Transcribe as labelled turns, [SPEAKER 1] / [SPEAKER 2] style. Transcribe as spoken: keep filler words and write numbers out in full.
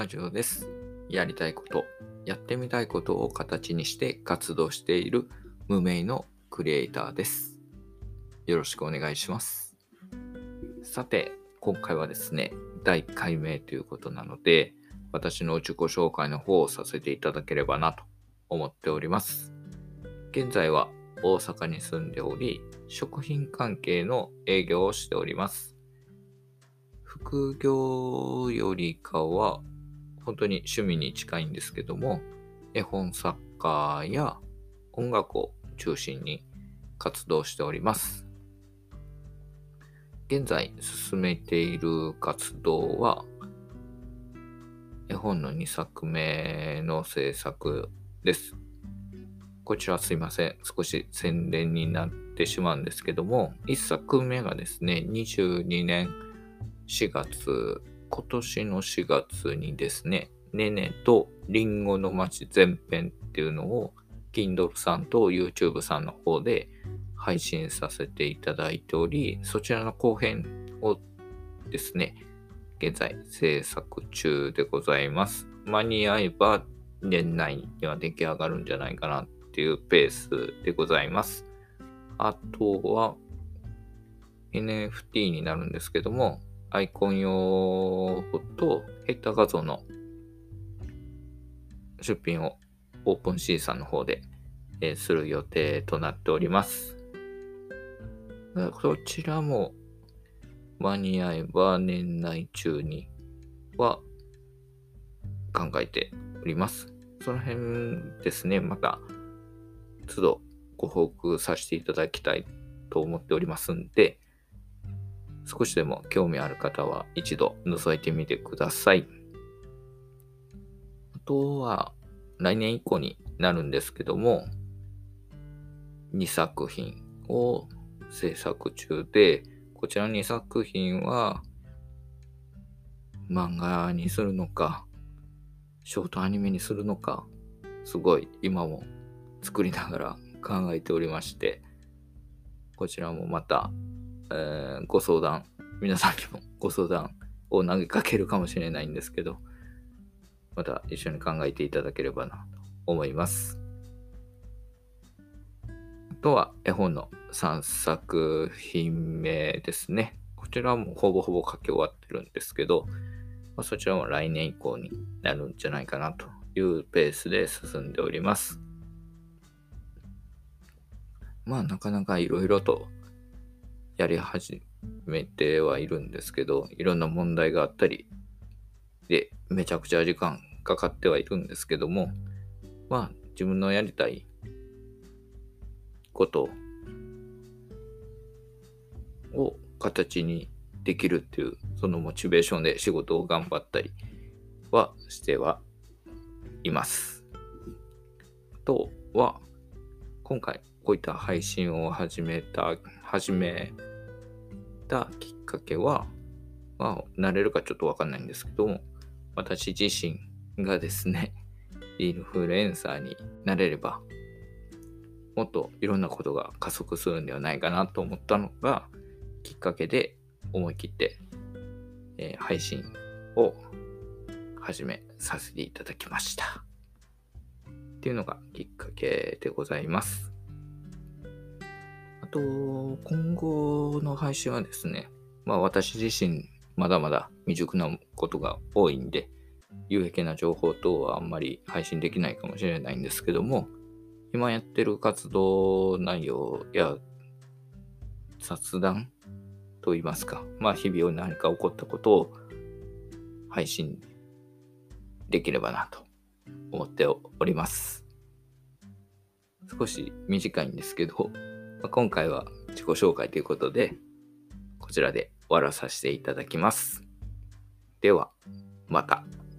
[SPEAKER 1] ラジオです。やりたいこと、やってみたいことを形にして活動している無名のクリエイターです。よろしくお願いします。さて、今回はですね、だいいっかいめということなので、私の自己紹介の方をさせていただければなと思っております。現在は大阪に住んでおり、食品関係の営業をしております。副業よりかは本当に趣味に近いんですけども、絵本作家や音楽を中心に活動しております。現在進めている活動は、絵本のにさくめの制作です。こちらすいません。少し宣伝になってしまうんですけども、いっさくめがですね、にじゅうにねんしがつ、今年のしがつにですね、ねねとりんごの街前編っていうのを Kindle さんと YouTube さんの方で配信させていただいており、そちらの後編をですね、現在制作中でございます。間に合えば年内には出来上がるんじゃないかなっていうペースでございます。あとは エヌエフティー になるんですけども、アイコン用とヘッダー画像の出品をオープンシーさんの方で、えー、する予定となっております。こちらも間に合えば年内中には考えております。その辺ですね、また都度ご報告させていただきたいと思っておりますんで、少しでも興味ある方は一度覗いてみてください。あとは来年以降になるんですけども、にさく品を制作中で、こちらのにさく品は漫画にするのか、ショートアニメにするのか、すごい今も作りながら考えておりまして、こちらもまた、えーご相談、皆さんにもご相談を投げかけるかもしれないんですけど、また一緒に考えていただければなと思います。あとは絵本のさんさく品目ですね。こちらはもうほぼほぼ書き終わってるんですけど、まあ、そちらも来年以降になるんじゃないかなというペースで進んでおります。まあなかなかいろいろとやり始めてはいるんですけど、いろんな問題があったりで、めちゃくちゃ時間かかってはいるんですけども、まあ自分のやりたいことを形にできるっていう、そのモチベーションで仕事を頑張ったりはしてはいます。あとは、今回こういった配信を始めた、始めたきっかけは、まあ、慣れるかちょっとわかんないんですけども、私自身がですね、インフルエンサーになれれば、もっといろんなことが加速するんではないかなと思ったのがきっかけで、思い切って、えー、配信を始めさせていただきました。っていうのがきっかけでございます。あと、今後の配信はですね、まあ私自身まだまだ未熟なことが多いんで、有益な情報等はあんまり配信できないかもしれないんですけども、今やってる活動内容や雑談といいますか、まあ日々何か起こったことを配信できればなと思っております。少し短いんですけど、まあ、今回は自己紹介ということで、こちらで終わらさせていただきます。では、また。